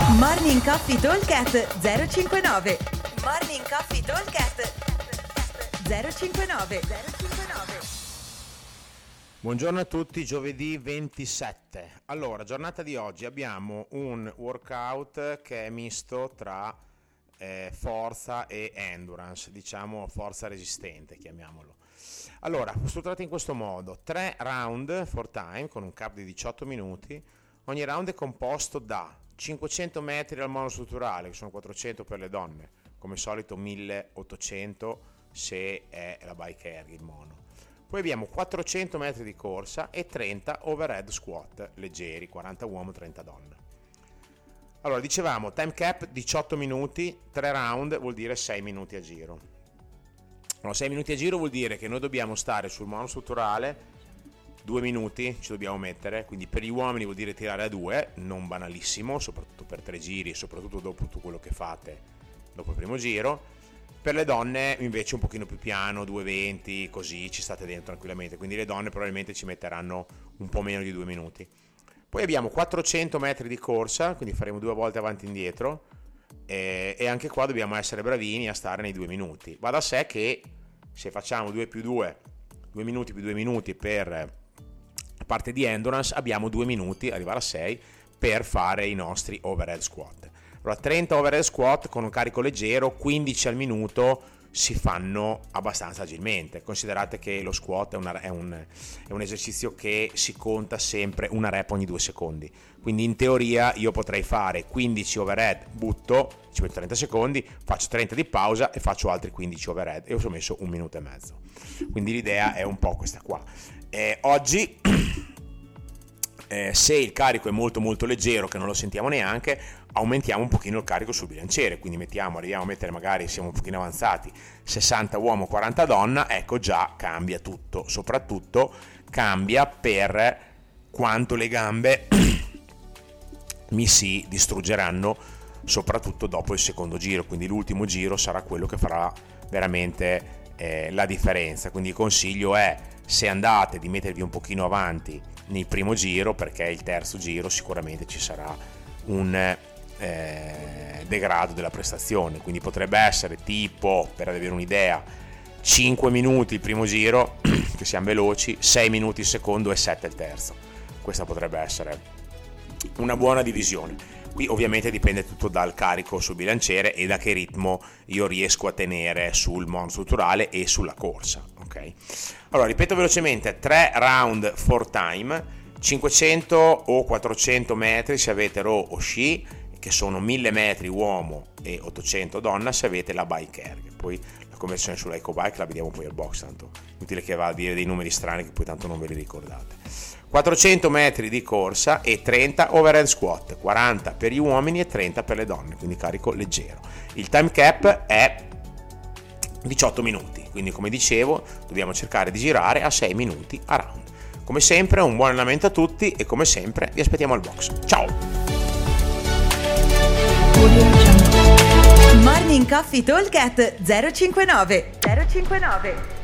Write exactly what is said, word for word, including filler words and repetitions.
Morning Coffee Talkcast zero cinquantanove. Morning Coffee Talkcast zero cinquantanove. Buongiorno a tutti, giovedì ventisette. Allora, giornata di oggi abbiamo un workout che è misto tra eh, forza e endurance, diciamo forza resistente, chiamiamolo. Allora, strutturato in questo modo: tre round for time con un cap di diciotto minuti. Ogni round è composto da cinquecento metri al monostrutturale, che sono quattrocento per le donne, come solito milleottocento se è la bike erg il mono. Poi abbiamo quattrocento metri di corsa e trenta overhead squat leggeri, quaranta uomo, trenta donne. Allora, dicevamo time cap diciotto minuti, tre round vuol dire sei minuti a giro. Allora, sei minuti a giro vuol dire che noi dobbiamo stare sul monostrutturale due minuti, ci dobbiamo mettere, quindi per gli uomini vuol dire tirare a due, non banalissimo, soprattutto per tre giri e soprattutto dopo tutto quello che fate dopo il primo giro. Per le donne invece un pochino più piano, due venti, così ci state dentro tranquillamente, quindi le donne probabilmente ci metteranno un po' meno di due minuti. Poi abbiamo quattrocento metri di corsa, quindi faremo due volte avanti e indietro, e, e anche qua dobbiamo essere bravini a stare nei due minuti. Va da sé che se facciamo due più due, due minuti più due minuti per parte di endurance, abbiamo due minuti, arrivare a sei, per fare i nostri overhead squat. Allora, trenta overhead squat con un carico leggero, quindici al minuto, si fanno abbastanza agilmente. Considerate che lo squat è, una, è, un, è un esercizio che si conta sempre una rep ogni due secondi, quindi in teoria io potrei fare quindici overhead, butto, ci metto trenta secondi, faccio trenta di pausa e faccio altri quindici overhead e ho messo un minuto e mezzo. Quindi l'idea è un po' questa qua. Eh, oggi eh, se il carico è molto molto leggero, che non lo sentiamo neanche, aumentiamo un pochino il carico sul bilanciere, quindi mettiamo, arriviamo a mettere, magari siamo un pochino avanzati, sessanta uomo, quaranta donna, ecco già cambia tutto, soprattutto cambia per quanto le gambe mi si distruggeranno, soprattutto dopo il secondo giro, quindi l'ultimo giro sarà quello che farà veramente eh, la differenza. Quindi il consiglio è, se andate, di mettervi un pochino avanti nel primo giro, perché il terzo giro sicuramente ci sarà un eh, degrado della prestazione, quindi potrebbe essere tipo, per avere un'idea, cinque minuti il primo giro che siamo veloci, sei minuti il secondo e sette il terzo. Questa potrebbe essere una buona divisione. Qui ovviamente dipende tutto dal carico sul bilanciere e da che ritmo io riesco a tenere sul monostrutturale e sulla corsa, ok? Allora, ripeto velocemente: tre round for time, cinquecento o quattrocento metri se avete row o sci, che sono mille metri uomo e ottocento donna se avete la bike erg. Poi la conversione sull'EcoBike la vediamo poi al box, tanto inutile che va a dire dei numeri strani che poi tanto non ve li ricordate. quattrocento metri di corsa e trenta overhead squat, quaranta per gli uomini e trenta per le donne, quindi carico leggero. Il time cap è diciotto minuti, quindi come dicevo dobbiamo cercare di girare a sei minuti a round. Come sempre un buon allenamento a tutti e come sempre vi aspettiamo al box. Ciao! Morning Coffee Talkcast zero cinquantanove.